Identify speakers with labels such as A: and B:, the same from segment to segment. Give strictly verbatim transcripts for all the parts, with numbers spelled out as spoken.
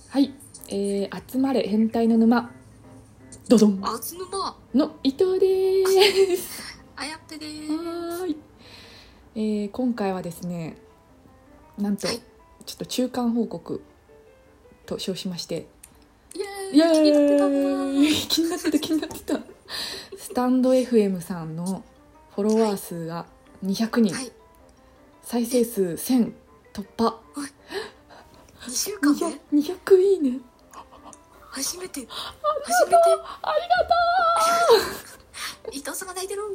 A: はい、えー、集まれ変態の沼ドドン
B: あつぬま
A: の伊藤です
B: あやっぺでーす。
A: はーい、えー、今回はですね、なんと、
B: はい、
A: ちょっと中間報告と称しまして、
B: イエーイ、気になってたな
A: ー気になってた気になってたスタンド エフエム さんのフォロワー数がにひゃくにん、はい、再生数せん突破、
B: にしゅうかんで
A: にひゃくいいね、
B: 初めて初めて
A: ありがとう
B: 伊藤さんが泣いてる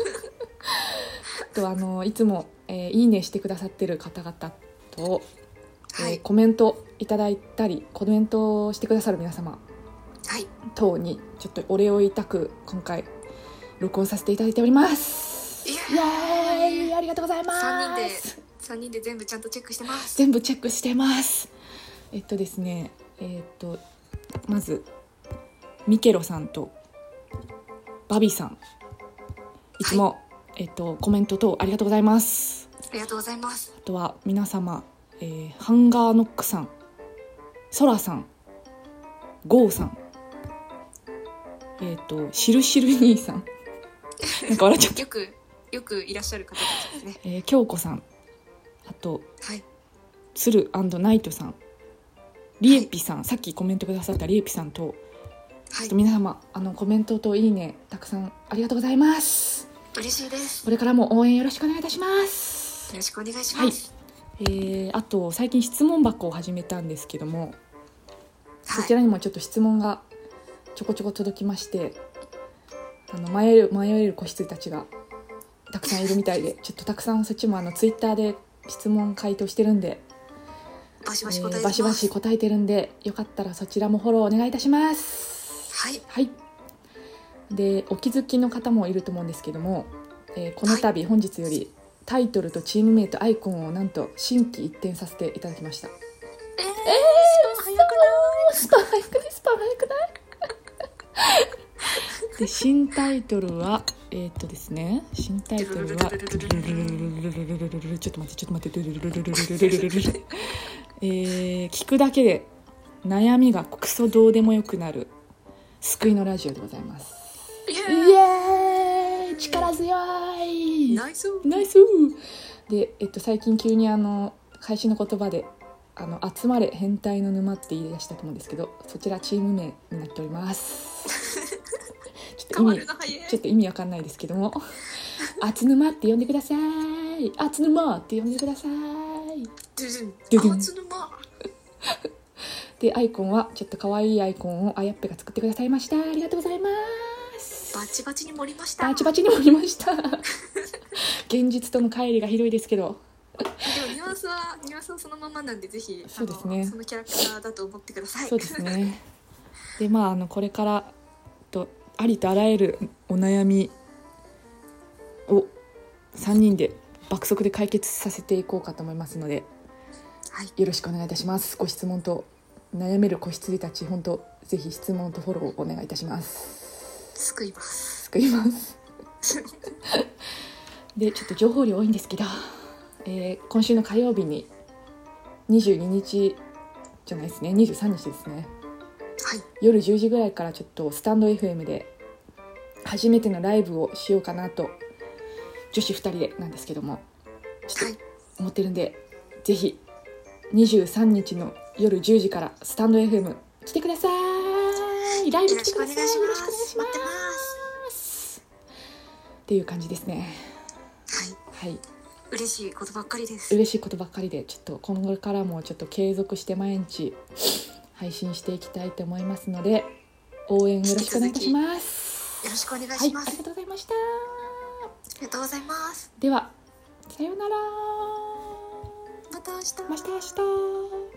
A: とあのいつも、えー、いいねしてくださってる方々と、
B: はい、
A: えー、コメントいただいたりコメントしてくださる皆様、
B: はい、
A: 等にちょっとお礼を言いたく今回録音させていただいております。イエーイ、ありがとうございます。
B: さんにんでさんにんで全部ちゃんとチェックしてます。
A: 全部チェックしてます。えっとですねえっとまずミケロさんとバビさん、いつも、はい、えっと、コメント等ありがとうございます。
B: ありがとうございます。
A: あとは皆様、えー、ハンガーノックさん、ソラさん、ゴーさん、えっとシルシル兄さんなんか笑っちゃった
B: よくよくいらっしゃる方たちですね。
A: えー、京子さん、あと、
B: はい、
A: 鶴&ナイトさん、リエピさん、はい、さっきコメントくださったリエピさんと、はい、ちょっと皆様あのコメントといいねたくさんありがとうございます。
B: 嬉しいです。
A: これからも応援よろしくお願いいたします。
B: よろしくお願いします。
A: はい、えー、あと最近質問箱を始めたんですけども、はい、そちらにもちょっと質問がちょこちょこ届きまして、あの迷える迷える子羊たちがたくさんいるみたいでちょっとたくさんそっちもあのツイッターで質問回答してるんで、
B: バシバシ答えてます、
A: えー、バシバシ答えてるんで、よかったらそちらもフォローお願いいたします。
B: はい、
A: はい、でお気づきの方もいると思うんですけども、えー、この度本日よりタイトルとチームメイトアイコンをなんと新規一転させていただきました。えー、
B: えー、
A: スパ早くないスパ早くないで新タイトルはえー、っとですね新タイトルはちょっと待ってちょっと待ってえー、聞くだけで悩みがクソどうでもよくなる救いのラジオでございます。イエーイ、力強い、
B: ナイス
A: ナイスで、えっと、最近急にあの開始の言葉であの集まれ変態の沼って言い出したと思うんですけど、そちらチーム名になっておりますちょっと意味ちょっと意味わかんないですけどもあつ沼って呼んでください、あつ沼って呼んでください、
B: ドゥドゥン、あつ沼
A: でアイコンはちょっと可愛いアイコンをあやっぺが作ってくださいました。ありがとうございます。
B: バチバチに盛りました。
A: バチバチに盛りました現実との乖離がひどいですけど
B: でもニュアンスはニュアンスはそのままなんで、ぜひ
A: そうですね、
B: そのキャラクターだと思ってください。
A: そうですねでまああのこれからとありとあらゆるお悩みをさんにんで爆速で解決させていこうかと思いますので、はい、よろしくお願いいたします。ご質問と悩める子羊たち、本当ぜひ質問とフォローをお願いいたします。
B: 救います
A: 救いますでちょっと情報量多いんですけど、えー、今週の火曜日ににじゅうににちじゃないですねにじゅうさんにちですね、はい、夜じゅうじぐらいからちょっとスタンド エフエム で初めてのライブをしようかなと、女子ふたりでなんですけどもちょっと思ってるんで、はい、ぜひにじゅうさんにちの夜じゅうじからスタンド エフエム 来てください。ライブ来てください。よろしくお願いします。
B: 待ってます。
A: っていう感じですね。
B: はい。はい。嬉しいことばっかりです。
A: 嬉しいことばっかりで、ちょっと今後からもちょっと継続して毎日配信していきたいと思いますので、応援よろしくお願いいたします。
B: よろしくお願いします。
A: はい、ありがとうございました。
B: ありがとうございます。
A: では、さようなら。
B: また明日。
A: また明日。